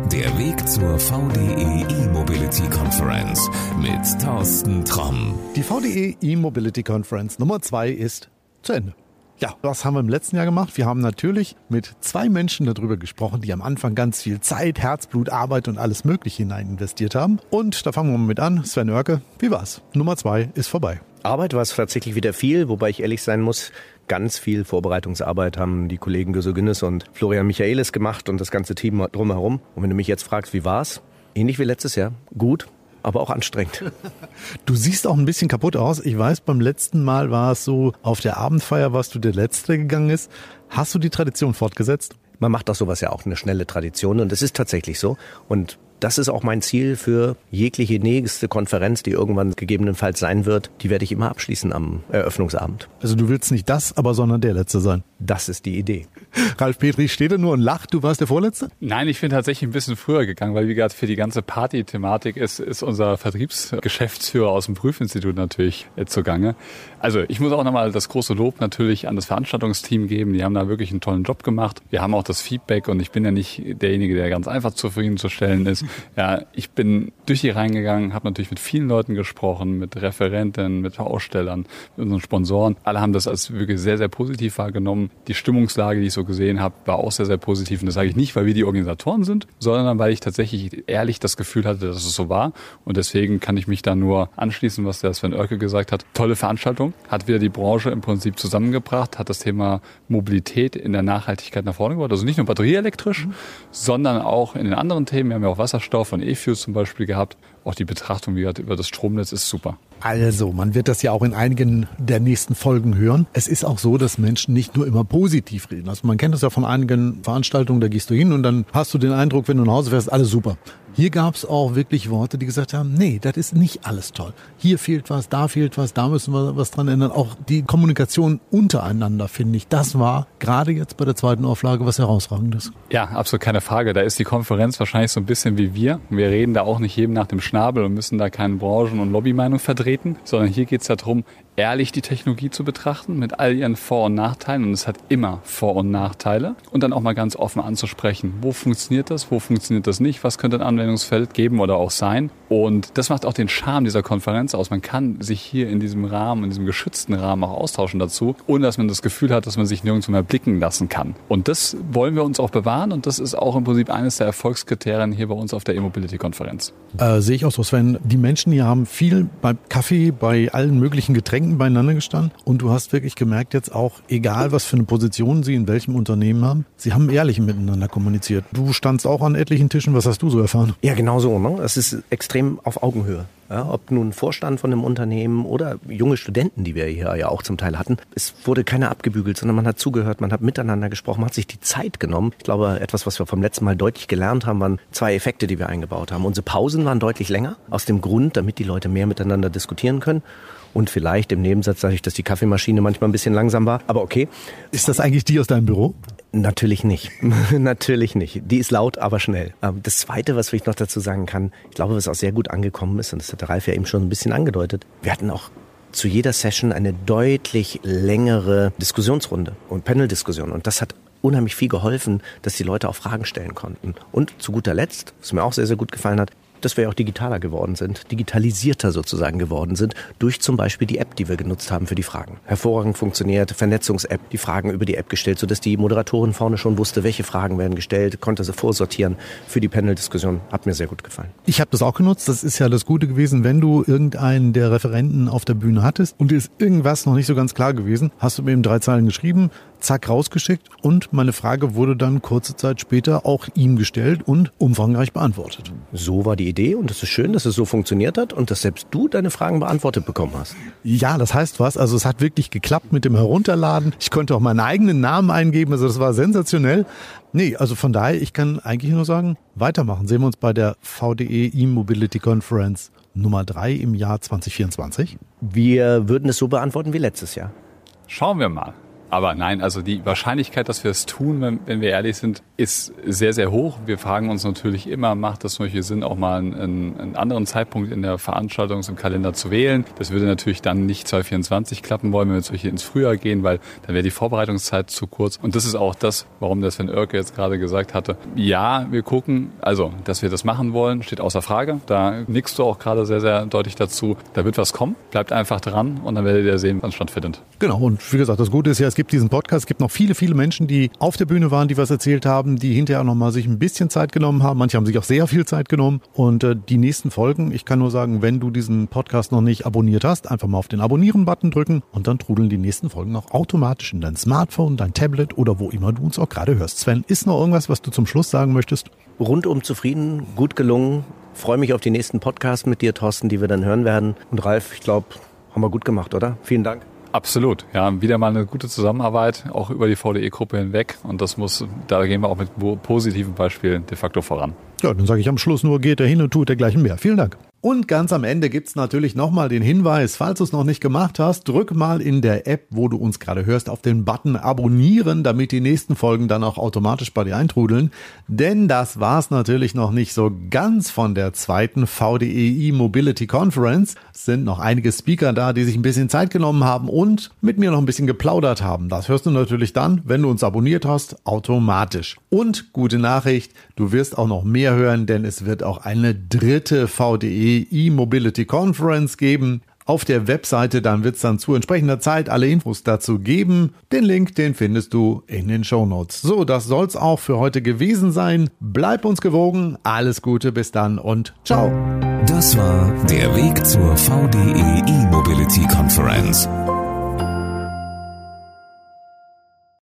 Der Weg zur VDE E-Mobility Conference mit Thorsten Tromm. Die VDE E-Mobility Conference Nummer 2 ist zu Ende. Ja, was haben wir im letzten Jahr gemacht? Wir haben natürlich mit 2 Menschen darüber gesprochen, die am Anfang ganz viel Zeit, Herzblut, Arbeit und alles Mögliche hinein investiert haben. Und da fangen wir mal mit an. Sven Oerke, wie war's? Nummer 2 ist vorbei. Arbeit war es tatsächlich wieder viel, wobei ich ehrlich sein muss, ganz viel Vorbereitungsarbeit haben die Kollegen Göso Günnes und Florian Michaelis gemacht und das ganze Team drumherum. Und wenn du mich jetzt fragst, wie war's? Ähnlich wie letztes Jahr. Gut, aber auch anstrengend. Du siehst auch ein bisschen kaputt aus. Ich weiß, beim letzten Mal war es so, auf der Abendfeier warst du der Letzte, der gegangen ist. Hast du die Tradition fortgesetzt? Man macht doch sowas ja auch eine schnelle Tradition und es ist tatsächlich so. Und das ist auch mein Ziel für jegliche nächste Konferenz, die irgendwann gegebenenfalls sein wird. Die werde ich immer abschließen am Eröffnungsabend. Also du willst nicht das, aber sondern der Letzte sein. Das ist die Idee. Ralf Petri steht da nur und lacht. Du warst der Vorletzte? Nein, ich bin tatsächlich ein bisschen früher gegangen, weil wie gesagt für die ganze Party-Thematik ist unser Vertriebsgeschäftsführer aus dem Prüfinstitut natürlich zugange. Also ich muss auch nochmal das große Lob natürlich an das Veranstaltungsteam geben. Die haben da wirklich einen tollen Job gemacht. Wir haben auch das Feedback und ich bin ja nicht derjenige, der ganz einfach zufriedenzustellen ist. Ja, ich bin durch die Reihen gegangen, habe natürlich mit vielen Leuten gesprochen, mit Referenten, mit Ausstellern, mit unseren Sponsoren. Alle haben das als wirklich sehr, sehr positiv wahrgenommen. Die Stimmungslage, die ich so gesehen habe, war auch sehr, sehr positiv. Und das sage ich nicht, weil wir die Organisatoren sind, sondern weil ich tatsächlich ehrlich das Gefühl hatte, dass es so war. Und deswegen kann ich mich da nur anschließen, was der Sven Oerke gesagt hat. Tolle Veranstaltung, hat wieder die Branche im Prinzip zusammengebracht, hat das Thema Mobilität in der Nachhaltigkeit nach vorne gebracht. Also nicht nur batterieelektrisch, sondern auch in den anderen Themen. Wir haben ja auch Wasserstoff und E-Fuels zum Beispiel gehabt. Auch die Betrachtung wie gesagt, über das Stromnetz ist super. Also, man wird das ja auch in einigen der nächsten Folgen hören. Es ist auch so, dass Menschen nicht nur immer positiv reden. Also man kennt das ja von einigen Veranstaltungen, da gehst du hin und dann hast du den Eindruck, wenn du nach Hause fährst, alles super. Hier gab es auch wirklich Worte, die gesagt haben, nee, das ist nicht alles toll. Hier fehlt was, da müssen wir was dran ändern. Auch die Kommunikation untereinander, finde ich, das war gerade jetzt bei der 2. Auflage was Herausragendes. Ja, absolut keine Frage. Da ist die Konferenz wahrscheinlich so ein bisschen wie wir. Wir reden da auch nicht jedem nach dem Schnabel und müssen da keine Branchen- und Lobbymeinung vertreten, sondern hier geht es darum, ehrlich die Technologie zu betrachten mit all ihren Vor- und Nachteilen. Und es hat immer Vor- und Nachteile. Und dann auch mal ganz offen anzusprechen, wo funktioniert das nicht, was könnte ein Anwendungsfeld geben oder auch sein. Und das macht auch den Charme dieser Konferenz aus. Man kann sich hier in diesem Rahmen, in diesem geschützten Rahmen auch austauschen dazu, ohne dass man das Gefühl hat, dass man sich nirgendwo mehr blicken lassen kann. Und das wollen wir uns auch bewahren und das ist auch im Prinzip eines der Erfolgskriterien hier bei uns auf der E-Mobility-Konferenz. Sehe ich auch so, Sven. Die Menschen hier haben viel beim Kaffee, bei allen möglichen Getränken beieinander gestanden und du hast wirklich gemerkt jetzt auch, egal was für eine Position sie in welchem Unternehmen haben, sie haben ehrlich miteinander kommuniziert. Du standst auch an etlichen Tischen, was hast du so erfahren? Ja, genau so. Ne? Es ist extrem auf Augenhöhe. Ja, ob nun Vorstand von einem Unternehmen oder junge Studenten, die wir hier ja auch zum Teil hatten. Es wurde keiner abgebügelt, sondern man hat zugehört, man hat miteinander gesprochen, man hat sich die Zeit genommen. Ich glaube, etwas, was wir vom letzten Mal deutlich gelernt haben, waren 2 Effekte, die wir eingebaut haben. Unsere Pausen waren deutlich länger, aus dem Grund, damit die Leute mehr miteinander diskutieren können. Und vielleicht im Nebensatz sage ich, dass die Kaffeemaschine manchmal ein bisschen langsam war, aber okay. Ist das eigentlich die aus deinem Büro? Natürlich nicht. Natürlich nicht. Die ist laut, aber schnell. Das Zweite, was ich noch dazu sagen kann, ich glaube, was auch sehr gut angekommen ist, und das hat der Ralf ja eben schon ein bisschen angedeutet, wir hatten auch zu jeder Session eine deutlich längere Diskussionsrunde und Panel-Diskussion. Und das hat unheimlich viel geholfen, dass die Leute auch Fragen stellen konnten. Und zu guter Letzt, was mir auch sehr, sehr gut gefallen hat, dass wir auch digitaler geworden sind, digitalisierter sozusagen geworden sind, durch zum Beispiel die App, die wir genutzt haben für die Fragen. Hervorragend funktioniert, Vernetzungs-App, die Fragen über die App gestellt, sodass die Moderatorin vorne schon wusste, welche Fragen werden gestellt, konnte sie vorsortieren für die Panel-Diskussion. Hat mir sehr gut gefallen. Ich habe das auch genutzt. Das ist ja das Gute gewesen, wenn du irgendeinen der Referenten auf der Bühne hattest und dir ist irgendwas noch nicht so ganz klar gewesen, hast du mir eben 3 Zeilen geschrieben, zack, rausgeschickt und meine Frage wurde dann kurze Zeit später auch ihm gestellt und umfangreich beantwortet. So war die Idee und es ist schön, dass es so funktioniert hat und dass selbst du deine Fragen beantwortet bekommen hast. Ja, das heißt was. Also es hat wirklich geklappt mit dem Herunterladen. Ich konnte auch meinen eigenen Namen eingeben, also das war sensationell. Nee, also von daher, ich kann eigentlich nur sagen, weitermachen. Sehen wir uns bei der VDE E-Mobility Conference Nummer 3 im Jahr 2024. Wir würden es so beantworten wie letztes Jahr. Schauen wir mal. Aber nein, also die Wahrscheinlichkeit, dass wir es tun, wenn wir ehrlich sind, ist sehr, sehr hoch. Wir fragen uns natürlich immer, macht das solche Sinn, auch mal einen anderen Zeitpunkt in der Veranstaltung im Kalender zu wählen. Das würde natürlich dann nicht 2024 klappen wollen, wenn wir solche ins Frühjahr gehen, weil dann wäre die Vorbereitungszeit zu kurz. Und das ist auch das, warum der Sven Oerke jetzt gerade gesagt hatte, ja, wir gucken, also, dass wir das machen wollen, steht außer Frage. Da nickst du auch gerade sehr, sehr deutlich dazu. Da wird was kommen. Bleibt einfach dran und dann werdet ihr sehen, wann es stattfindet. Genau. Und wie gesagt, das Gute ist ja, es gibt diesen Podcast. Es gibt noch viele, viele Menschen, die auf der Bühne waren, die was erzählt haben, die hinterher nochmal sich ein bisschen Zeit genommen haben. Manche haben sich auch sehr viel Zeit genommen. Und die nächsten Folgen, ich kann nur sagen, wenn du diesen Podcast noch nicht abonniert hast, einfach mal auf den Abonnieren-Button drücken und dann trudeln die nächsten Folgen auch automatisch in dein Smartphone, dein Tablet oder wo immer du uns auch gerade hörst. Sven, ist noch irgendwas, was du zum Schluss sagen möchtest? Rundum zufrieden, gut gelungen. Freue mich auf die nächsten Podcasts mit dir, Thorsten, die wir dann hören werden. Und Ralf, ich glaube, haben wir gut gemacht, oder? Vielen Dank. Absolut. Ja, wieder mal eine gute Zusammenarbeit, auch über die VDE-Gruppe hinweg. Und da gehen wir auch mit positiven Beispielen de facto voran. Ja, dann sage ich am Schluss nur, geht er hin und tut dergleichen mehr. Vielen Dank. Und ganz am Ende gibt's natürlich nochmal den Hinweis, falls du es noch nicht gemacht hast, drück mal in der App, wo du uns gerade hörst, auf den Button Abonnieren, damit die nächsten Folgen dann auch automatisch bei dir eintrudeln. Denn das war's natürlich noch nicht so ganz von der zweiten VDE E-Mobility Conference. Es sind noch einige Speaker da, die sich ein bisschen Zeit genommen haben und mit mir noch ein bisschen geplaudert haben. Das hörst du natürlich dann, wenn du uns abonniert hast, automatisch. Und gute Nachricht, du wirst auch noch mehr hören, denn es wird auch eine dritte VDE E-Mobility Conference geben. Auf der Webseite, dann wird es dann zu entsprechender Zeit alle Infos dazu geben. Den Link, den findest du in den Shownotes. So, das soll's auch für heute gewesen sein. Bleib uns gewogen. Alles Gute, bis dann und ciao. Das war der Weg zur VDE E-Mobility Conference.